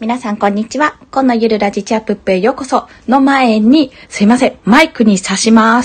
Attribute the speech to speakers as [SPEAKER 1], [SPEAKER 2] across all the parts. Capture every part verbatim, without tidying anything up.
[SPEAKER 1] 皆さんこんにちは。今のゆるラジチャップップへようこその前に、すいません、マイクに挿します。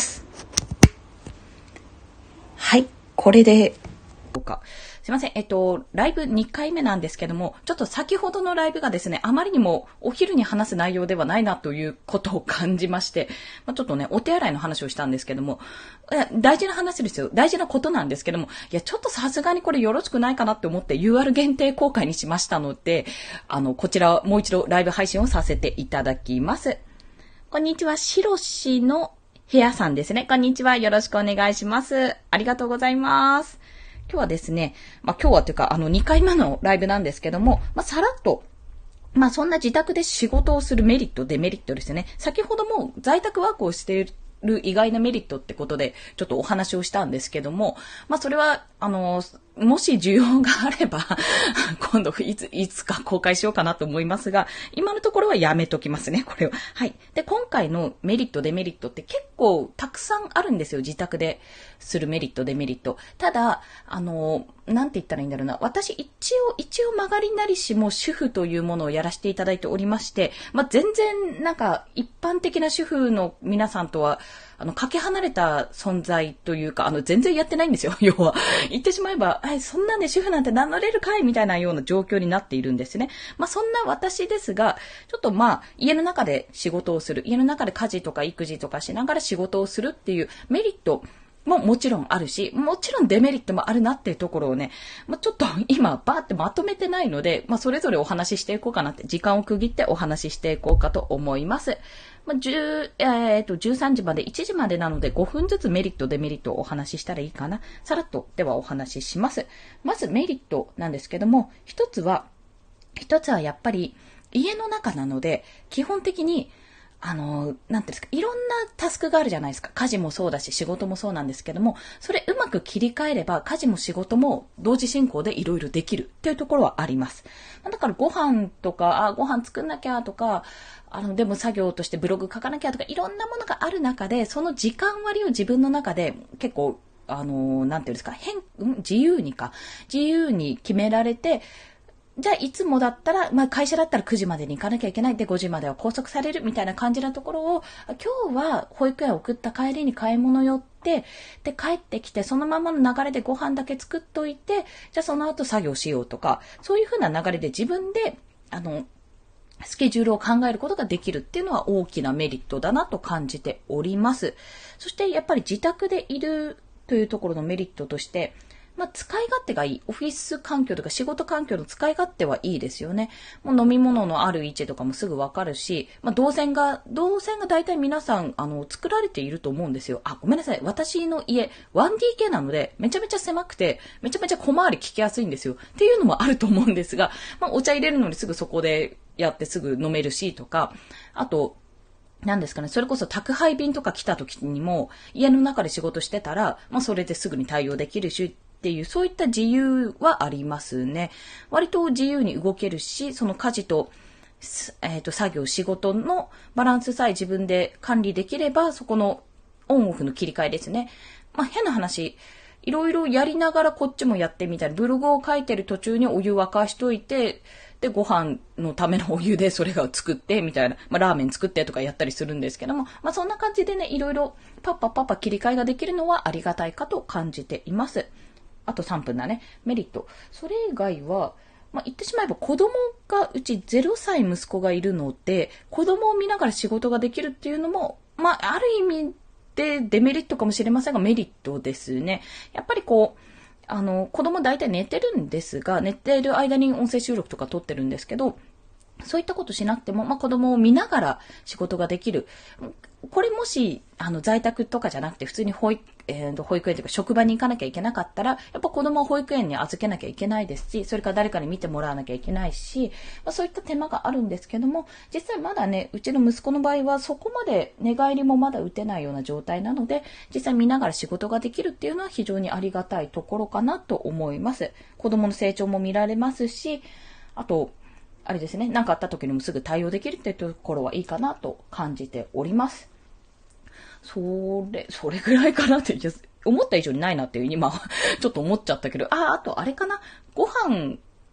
[SPEAKER 1] はい、これで、どうか。すいません、えっと、ライブにかいめなんですけども、ちょっと先ほどのライブがですね、あまりにもお昼に話す内容ではないなということを感じまして、まあ、ちょっとね、お手洗いの話をしたんですけども、大事な話ですよ。大事なことなんですけども、いや、ちょっとさすがにこれよろしくないかなって思って ユーアール 限定公開にしましたので、あの、こちらもう一度ライブ配信をさせていただきます。こんにちは、しろしの部屋さんですね。こんにちは、よろしくお願いします。ありがとうございます。今日はですね、まあ今日はというかあのにかいめのライブなんですけども、まあさらっと、まあそんな自宅で仕事をするメリット、デメリットですね。先ほども在宅ワークをしているる意外なメリットってことでちょっとお話をしたんですけども、まあそれはあのもし需要があれば今度いついつか公開しようかなと思いますが、今のところはやめときますね、これは。はい。で、今回のメリットデメリットって結構たくさんあるんですよ、自宅でするメリットデメリット。ただあのなんて言ったらいいんだろうな。私一応一応曲がりなりしも主婦というものをやらせていただいておりまして、まあ全然なんか一般的な主婦の皆さんとはあの、かけ離れた存在というか、あの、全然やってないんですよ、要は。言ってしまえば、はい、そんなんで主婦なんて名乗れるかいみたいなような状況になっているんですね。まあ、そんな私ですが、ちょっとまあ、家の中で仕事をする、家の中で家事とか育児とかしながら仕事をするっていうメリットももちろんあるし、もちろんデメリットもあるなっていうところをね、まあ、ちょっと今バーってまとめてないので、まあ、それぞれお話ししていこうかなって、時間を区切ってお話ししていこうかと思います。まあ、じゅう、えーと、じゅうさんじまで、いちじまでなのでごふんずつメリット、デメリットをお話ししたらいいかな。さらっとではお話しします。まずメリットなんですけども、一つは、一つはやっぱり家の中なので、基本的にあの、なんていうんですか、いろんなタスクがあるじゃないですか。家事もそうだし、仕事もそうなんですけども、それうまく切り替えれば、家事も仕事も同時進行でいろいろできるっていうところはあります。だからご飯とか、あ、ご飯作んなきゃとか、あの、でも作業としてブログ書かなきゃとか、いろんなものがある中で、その時間割を自分の中で結構、あの、なんていうんですか、変、自由にか、自由に決められて、じゃあいつもだったら、まあ会社だったらくじまでに行かなきゃいけない。で、ごじまでは拘束されるみたいな感じなところを、今日は保育園を送った帰りに買い物寄って、で、帰ってきて、そのままの流れでご飯だけ作っといて、じゃあその後作業しようとか、そういう風な流れで自分で、あの、スケジュールを考えることができるっていうのは大きなメリットだなと感じております。そしてやっぱり自宅でいるというところのメリットとして、まあ、使い勝手がいい。オフィス環境とか仕事環境の使い勝手はいいですよね。もう飲み物のある位置とかもすぐわかるし、まあ、動線が、動線が大体皆さん、あの、作られていると思うんですよ。あ、ごめんなさい。私の家、ワンディーケー なので、めちゃめちゃ狭くて、めちゃめちゃ小回り聞きやすいんですよ。っていうのもあると思うんですが、まあ、お茶入れるのにすぐそこでやってすぐ飲めるしとか、あと、なんですかね、それこそ宅配便とか来た時にも、家の中で仕事してたら、まあ、それですぐに対応できるし、っていう、そういった自由はありますね。割と自由に動けるし、その家事と、えっと、作業、仕事のバランスさえ自分で管理できれば、そこのオンオフの切り替えですね。まあ、変な話、いろいろやりながらこっちもやってみたいな。ブログを書いてる途中にお湯沸かしといて、で、ご飯のためのお湯でそれが作って、みたいな。まあ、ラーメン作ってとかやったりするんですけども、まあ、そんな感じでね、いろいろパッパパッパ切り替えができるのはありがたいかと感じています。あとさんぷんだね。メリット。それ以外は、まあ、言ってしまえば子供が、うちゼロさい息子がいるので、子供を見ながら仕事ができるっていうのも、まあ、ある意味でデメリットかもしれませんが、メリットですね。やっぱりこう、あの、子供大体寝てるんですが、寝てる間に音声収録とか撮ってるんですけど、そういったことしなくても、まあ、子供を見ながら仕事ができる。これもし、あの、在宅とかじゃなくて、普通に保育、えー、保育園というか職場に行かなきゃいけなかったら、やっぱ子供を保育園に預けなきゃいけないですし、それから誰かに見てもらわなきゃいけないし、まあ、そういった手間があるんですけども、実際まだね、うちの息子の場合はそこまで寝返りもまだ打てないような状態なので、実際見ながら仕事ができるっていうのは非常にありがたいところかなと思います。子供の成長も見られますし、あと、あれですね、何かあった時にもすぐ対応できるっていうところはいいかなと感じております。それ、それぐらいかなって、思った以上にないなっていう今、ちょっと思っちゃったけど、あ、あとあれかな、ご飯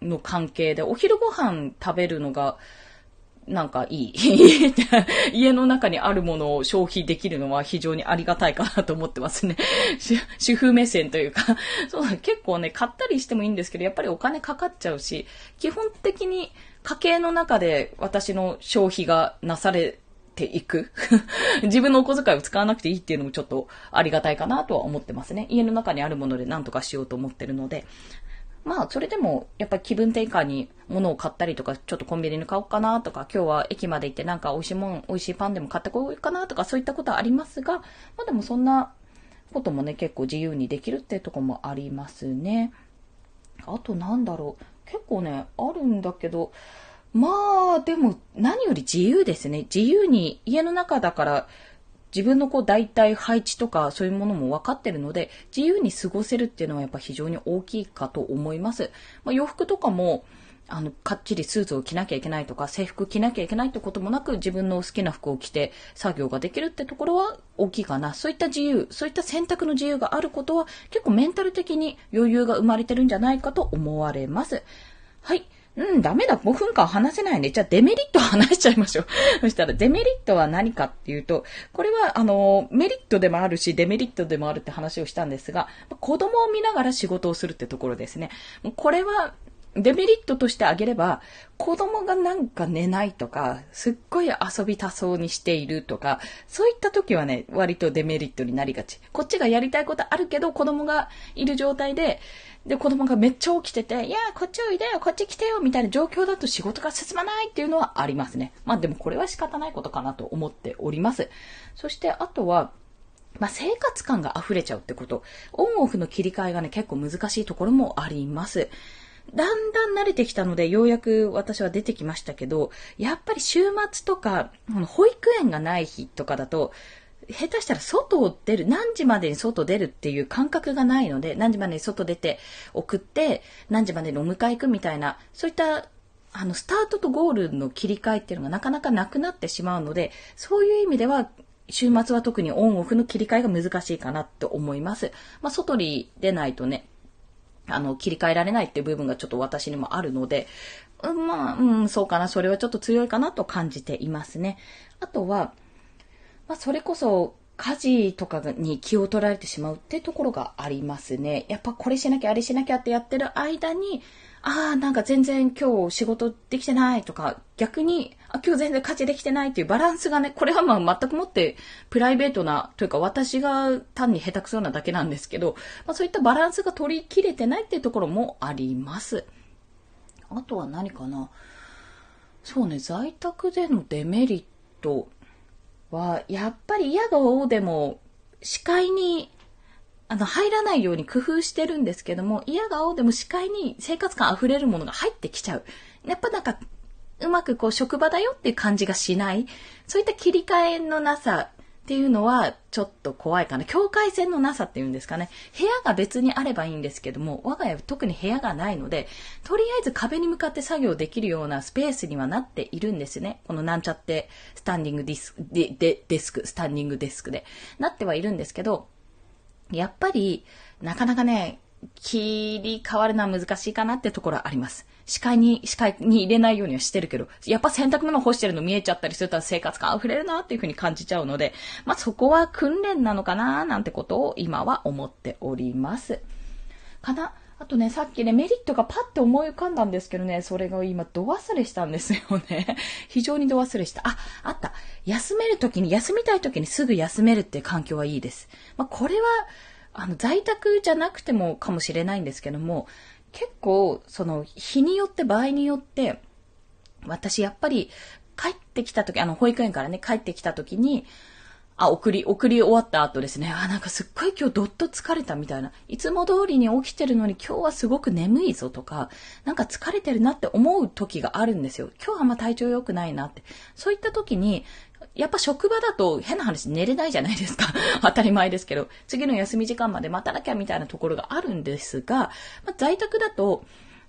[SPEAKER 1] の関係で、お昼ご飯食べるのが、なんかいい。家の中にあるものを消費できるのは非常にありがたいかなと思ってますね。主婦目線というか、そうだ、結構ね、買ったりしてもいいんですけど、やっぱりお金かかっちゃうし、基本的に家計の中で私の消費がなされていく。自分のお小遣いを使わなくていいっていうのもちょっとありがたいかなとは思ってますね。家の中にあるもので何とかしようと思ってるので。まあ、それでも、やっぱり気分転換に物を買ったりとか、ちょっとコンビニに買おうかなとか、今日は駅まで行ってなんか美味しいもん、美味しいパンでも買ってこようかなとか、そういったことはありますが、まあでもそんなこともね、結構自由にできるっていうところもありますね。あとなんだろう。結構ね、あるんだけど、まあ、でも何より自由ですね。自由に家の中だから、自分のこう大体配置とかそういうものも分かってるので、自由に過ごせるっていうのはやっぱ非常に大きいかと思います。まあ、洋服とかも、あの、かっちりスーツを着なきゃいけないとか、制服着なきゃいけないってこともなく、自分の好きな服を着て作業ができるってところは大きいかな。そういった自由、そういった選択の自由があることは、結構メンタル的に余裕が生まれてるんじゃないかと思われます。はい。うん、ダメだ。ごふんかん話せないね。じゃあデメリット話しちゃいましょう。そしたらデメリットは何かっていうと、これはあの、メリットでもあるし、デメリットでもあるって話をしたんですが、子供を見ながら仕事をするってところですね。これは、デメリットとして挙げれば、子供がなんか寝ないとか、すっごい遊びたそうにしているとか、そういった時はね、割とデメリットになりがち。こっちがやりたいことあるけど、子供がいる状態で、で、子供がめっちゃ起きてて、いや、こっちおいでよ、こっち来てよ、みたいな状況だと仕事が進まないっていうのはありますね。まあでもこれは仕方ないことかなと思っております。そしてあとは、まあ生活感が溢れちゃうってこと。オンオフの切り替えがね、結構難しいところもあります。だんだん慣れてきたので、ようやく私は出てきましたけど、やっぱり週末とか、保育園がない日とかだと、下手したら外を出る、何時までに外出るっていう感覚がないので、何時までに外出て送って、何時までにお迎え行くみたいな、そういったあのスタートとゴールの切り替えっていうのがなかなかなくなってしまうので、そういう意味では、週末は特にオンオフの切り替えが難しいかなと思います。まあ、外に出ないとね、あの、切り替えられないっていう部分がちょっと私にもあるので、うん、まあ、うん、そうかな、それはちょっと強いかなと感じていますね。あとは、まあ、それこそ、家事とかに気を取られてしまうってところがありますね。やっぱこれしなきゃあれしなきゃってやってる間に、ああ、なんか全然今日仕事できてないとか、逆に、あ、今日全然家事できてないっていうバランスがね、これはまあ全くもってプライベートな、というか私が単に下手くそなだけなんですけど、まあ、そういったバランスが取り切れてないっていうところもあります。あとは何かな。そうね、在宅でのデメリットは、やっぱり嫌がおうでも、視界に、あの、入らないように工夫してるんですけども、嫌がおうでも視界に生活感溢れるものが入ってきちゃう。やっぱなんか、うまくこう職場だよっていう感じがしない。そういった切り替えのなさっていうのはちょっと怖いかな。境界線のなさっていうんですかね。部屋が別にあればいいんですけども、我が家は特に部屋がないので、とりあえず壁に向かって作業できるようなスペースにはなっているんですね。このなんちゃってスタンディングディスク、デデデスク、スタンディングデスクで。なってはいるんですけど、やっぱり、なかなかね、切り替わるのは難しいかなってところはあります。視界に、視界に入れないようにはしてるけど、やっぱ洗濯物干してるの見えちゃったりすると生活感溢れるなっていう風に感じちゃうので、まあそこは訓練なのかななんてことを今は思っております。かな。あとね、さっきね、メリットがパッと思い浮かんだんですけどね、それが今、度忘れしたんですよね。非常に度忘れした。あ、あった。休めるときに、休みたいときにすぐ休めるっていう環境はいいです。まあ、これは、あの、在宅じゃなくてもかもしれないんですけども、結構、その、日によって、場合によって、私、やっぱり、帰ってきたとき、あの、保育園からね、帰ってきたときに、あ、送り、送り終わった後ですね。あ、なんかすっごい今日どっと疲れたみたいな。いつも通りに起きてるのに今日はすごく眠いぞとか、なんか疲れてるなって思う時があるんですよ。今日はあんま体調良くないなって。そういった時に、やっぱ職場だと変な話寝れないじゃないですか。当たり前ですけど。次の休み時間まで待たなきゃみたいなところがあるんですが、まあ、在宅だと、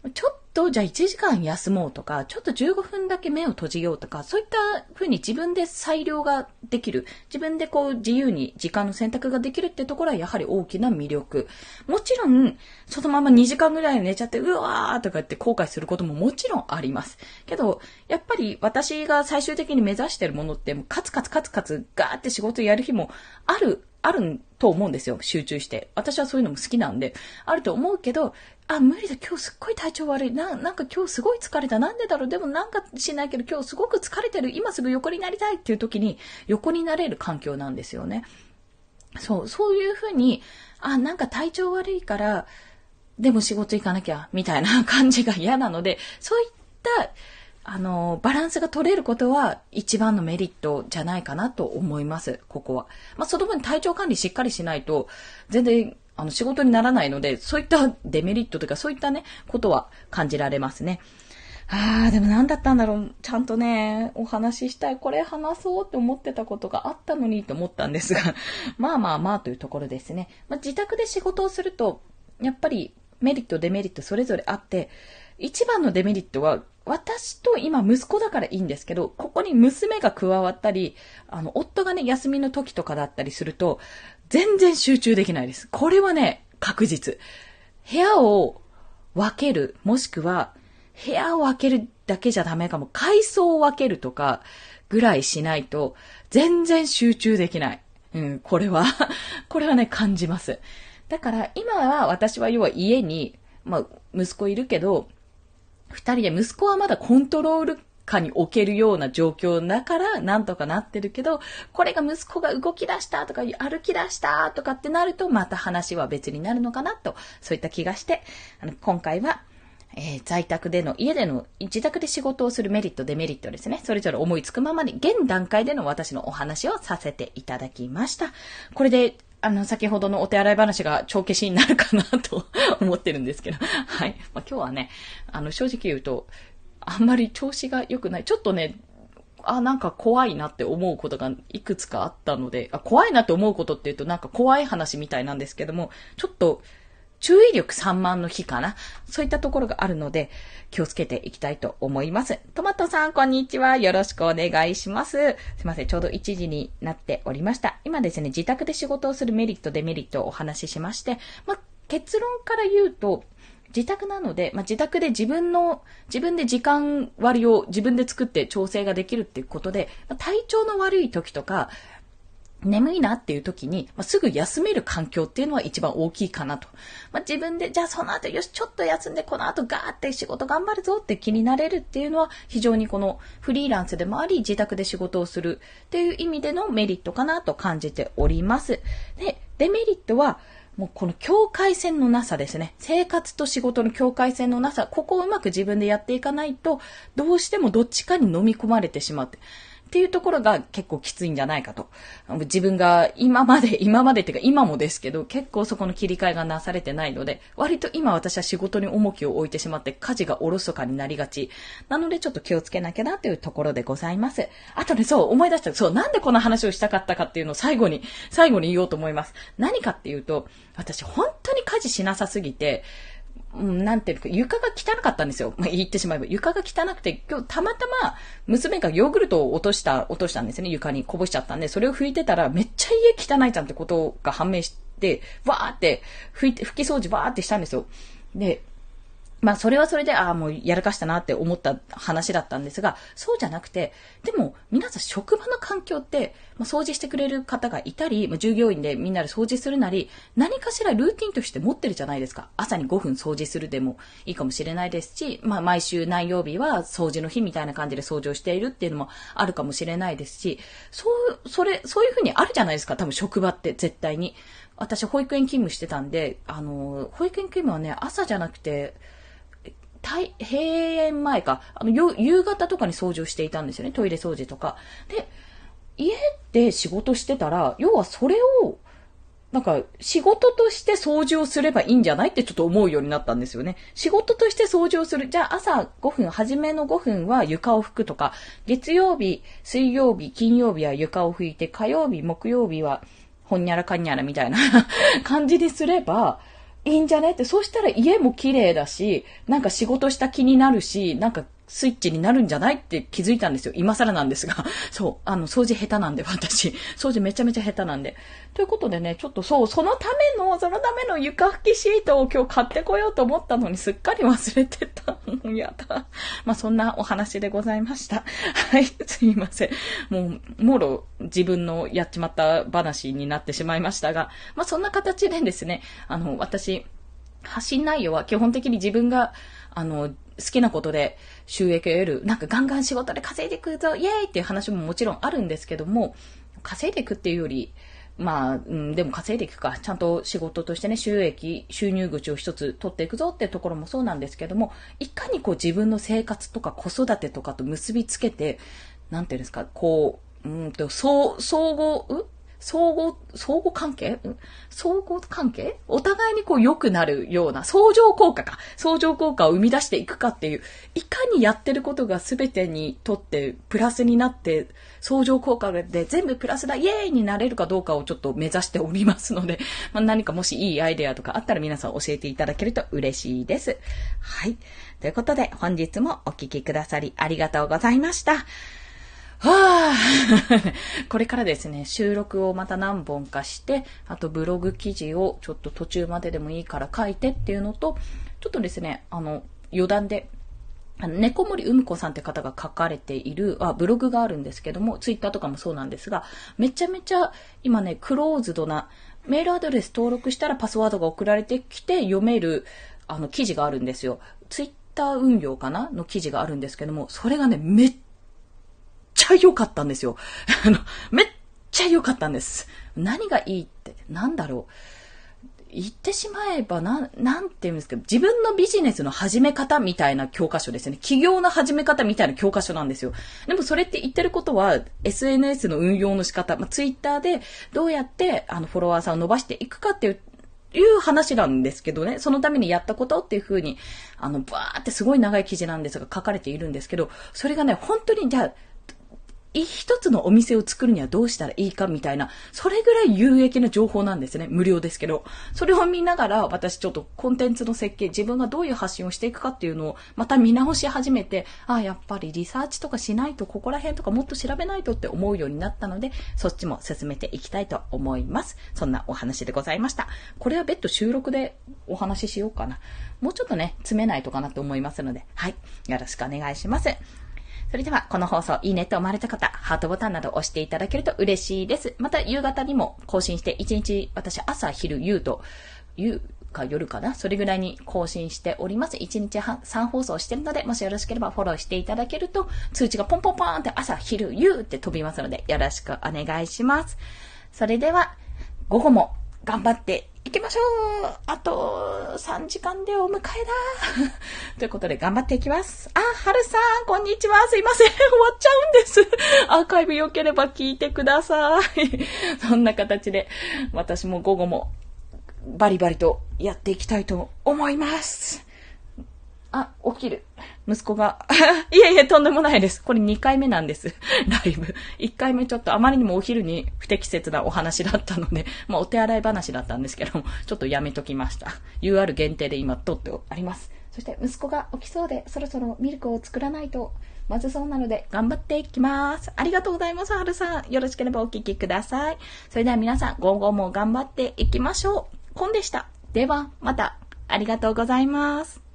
[SPEAKER 1] ちょっとじゃあいちじかん休もうとか、ちょっとじゅうごふんだけ目を閉じようとか、そういった風に自分で裁量ができる。自分でこう自由に時間の選択ができるってところはやはり大きな魅力。もちろん、そのままにじかんぐらい寝ちゃって、うわーとか言って後悔することももちろんあります。けど、やっぱり私が最終的に目指してるものって、カツカツカツカツガーって仕事やる日もある、あると思うんですよ。集中して。私はそういうのも好きなんで、あると思うけど、あ、無理だ、今日すっごい体調悪い。な、なんか今日すごい疲れた。なんでだろう。でもなんかしないけど今日すごく疲れてる。今すぐ横になりたいっていう時に横になれる環境なんですよね。そう、そういうふうに、あ、なんか体調悪いから、でも仕事行かなきゃ、みたいな感じが嫌なので、そういった、あの、バランスが取れることは一番のメリットじゃないかなと思います、ここは。まあ、その分体調管理しっかりしないと、全然、あの、仕事にならないので、そういったデメリットというか、そういったね、ことは感じられますね。ああ、でも何だったんだろう。ちゃんとね、お話ししたい。これ話そうって思ってたことがあったのにと思ったんですが、まあまあまあというところですね。まあ、自宅で仕事をすると、やっぱりメリット、デメリットそれぞれあって、一番のデメリットは、私と今息子だからいいんですけど、ここに娘が加わったり、あの、夫がね、休みの時とかだったりすると、全然集中できないです。これはね、確実。部屋を分ける、もしくは、部屋を分けるだけじゃダメかも。階層を分けるとかぐらいしないと全然集中できない。うん、これは、これはね、感じます。だから今は私は要は家に、まあ、息子いるけど、二人で息子はまだコントロール下に置けるような状況だからなんとかなってるけど、これが息子が動き出したとか歩き出したとかってなるとまた話は別になるのかなと、そういった気がして、あの今回はえー、在宅での、家での、自宅で仕事をするメリット、デメリットですね。それぞれ思いつくままに、現段階での私のお話をさせていただきました。これで、あの、先ほどのお手洗い話が帳消しになるかなと思ってるんですけど。はい。まあ、今日はね、あの、正直言うと、あんまり調子が良くない。ちょっとね、あ、なんか怖いなって思うことがいくつかあったので、あ、怖いなって思うことって言うとなんか怖い話みたいなんですけども、ちょっと、注意力散漫の日かな。そういったところがあるので、気をつけていきたいと思います。トマトさん、こんにちは。よろしくお願いします。すいません。ちょうどいちじになっておりました。今ですね、自宅で仕事をするメリット、デメリットをお話ししまして、まあ、結論から言うと、自宅なので、まあ、自宅で自分の、自分で時間割を自分で作って調整ができるっていうことで、まあ、体調の悪い時とか、眠いなっていう時に、まあ、すぐ休める環境っていうのは一番大きいかなと。まあ、自分で、じゃあその後よし、ちょっと休んで、この後ガーって仕事頑張るぞって気になれるっていうのは、非常にこのフリーランスでもあり、自宅で仕事をするっていう意味でのメリットかなと感じております。で、デメリットは、もうこの境界線のなさですね。生活と仕事の境界線のなさ。ここをうまく自分でやっていかないと、どうしてもどっちかに飲み込まれてしまって。っていうところが結構きついんじゃないかと。自分が今まで、今までっていうか今もですけど、結構そこの切り替えがなされてないので、割と今私は仕事に重きを置いてしまって家事がおろそかになりがち。なのでちょっと気をつけなきゃなというところでございます。あとね、そう思い出した。そう、なんでこの話をしたかったかっていうのを最後に、最後に言おうと思います。何かっていうと、私本当に家事しなさすぎて、うん、なんていうか、床が汚かったんですよ。まあ、言ってしまえば。床が汚くて、今日たまたま娘がヨーグルトを落とした、落としたんですね。床にこぼしちゃったんで、それを拭いてたら、めっちゃ家汚いじゃんってことが判明して、わーって拭いて、拭き掃除わーってしたんですよ。で、まあそれはそれで、ああもうやらかしたなって思った話だったんですが、そうじゃなくて、でも皆さん職場の環境って、まあ、掃除してくれる方がいたり、まあ、従業員でみんなで掃除するなり、何かしらルーティンとして持ってるじゃないですか。朝にごふん掃除するでもいいかもしれないですし、まあ毎週何曜日は掃除の日みたいな感じで掃除をしているっていうのもあるかもしれないですし、そう、それ、そういうふうにあるじゃないですか。多分職場って絶対に。私保育園勤務してたんで、あの、保育園勤務はね、朝じゃなくて、閉園前か、あの、夕方とかに掃除をしていたんですよね。トイレ掃除とか。で、家で仕事してたら、要はそれを、なんか、仕事として掃除をすればいいんじゃないってちょっと思うようになったんですよね。仕事として掃除をする。じゃあ朝ごふん、初めのごふんは床を拭くとか、月曜日、水曜日、金曜日は床を拭いて、火曜日、木曜日は、ほんにゃらかんにゃらみたいな感じにすれば、 いいんじゃねって、そうしたら家も綺麗だし、なんか仕事した気になるし、なんかスイッチになるんじゃないって気づいたんですよ。今更なんですが。そう。あの、掃除下手なんで、私。掃除めちゃめちゃ下手なんで。ということでね、ちょっとそう、そのための、そのための床拭きシートを今日買ってこようと思ったのにすっかり忘れてた。もうやだ。まあ、そんなお話でございました。はい、すいません。もう、もろ自分のやっちまった話になってしまいましたが、まあ、そんな形でですね、あの、私、発信内容は基本的に自分が、あの、好きなことで収益を得る、なんかガンガン仕事で稼いでいくぞ、イエーイっていう話ももちろんあるんですけども、稼いでいくっていうより、まあ、うん、でも稼いでいくか、ちゃんと仕事としてね、収益、収入口を一つ取っていくぞっていうところもそうなんですけども、いかにこう自分の生活とか子育てとかと結びつけて、なんていうんですか、こう、うんと、総、総合、う相互、相互関係相互関係お互いにこう良くなるような相乗効果か。相乗効果を生み出していくかっていう、いかにやってることが全てにとってプラスになって、相乗効果で全部プラスだ、イエーイになれるかどうかをちょっと目指しておりますので、まあ、何かもしいいアイデアとかあったら皆さん教えていただけると嬉しいです。はい。ということで本日もお聞きくださりありがとうございました。はぁこれからですね、収録をまた何本かして、あとブログ記事をちょっと途中まででもいいから書いてっていうのと、ちょっとですね、あの、余談で、あの、猫森うむこさんって方が書かれている、あ、ブログがあるんですけども、ツイッターとかもそうなんですが、めちゃめちゃ今ね、クローズドな、メールアドレス登録したらパスワードが送られてきて読める、あの、記事があるんですよ。ツイッター運用かなの記事があるんですけども、それがね、めっめっちゃ良かったんですよ。あの、めっちゃ良かったんです。何がいいって、なんだろう。言ってしまえば、な、なんて言うんですか、自分のビジネスの始め方みたいな教科書ですね。起業の始め方みたいな教科書なんですよ。でもそれって言ってることは、エスエヌエス の運用の仕方、まあ、ツイッターでどうやって、あの、フォロワーさんを伸ばしていくかっていう、いう話なんですけどね、そのためにやったことっていう風に、あの、バーってすごい長い記事なんですが書かれているんですけど、それがね、本当に、じゃあ、一つのお店を作るにはどうしたらいいかみたいな、それぐらい有益な情報なんですね。無料ですけど。それを見ながら、私ちょっとコンテンツの設計、自分がどういう発信をしていくかっていうのをまた見直し始めて、ああ、やっぱりリサーチとかしないと、ここら辺とかもっと調べないとって思うようになったので、そっちも進めていきたいと思います。そんなお話でございました。これは別途収録でお話ししようかな。もうちょっとね、詰めないとかなと思いますので、はい。よろしくお願いします。それでは、この放送いいねと思われた方、ハートボタンなど押していただけると嬉しいです。また、夕方にも更新して、いちにち、私、朝、昼、夕と、夕か夜かな、それぐらいに更新しております。いちにちさん放送してるので、もしよろしければフォローしていただけると、通知がポンポンポンって朝、昼、夕って飛びますので、よろしくお願いします。それでは、午後も頑張って行きましょう。あとさんじかんでお迎えだということで頑張っていきます。あ、はるさんこんにちは。すいません、終わっちゃうんです。アーカイブ良ければ聞いてください。そんな形で私も午後もバリバリとやっていきたいと思います。あ、起きる。息子が。いえいえ、とんでもないです。これにかいめなんです。ライブ。いっかいめちょっとあまりにもお昼に不適切なお話だったので、まあお手洗い話だったんですけども、ちょっとやめときました。ユーアール 限定で今撮ってあります。そして息子が起きそうで、そろそろミルクを作らないとまずそうなので、頑張っていきます。ありがとうございます、はるさん。よろしければお聞きください。それでは皆さん、午後も頑張っていきましょう。コンでした。では、また。ありがとうございます。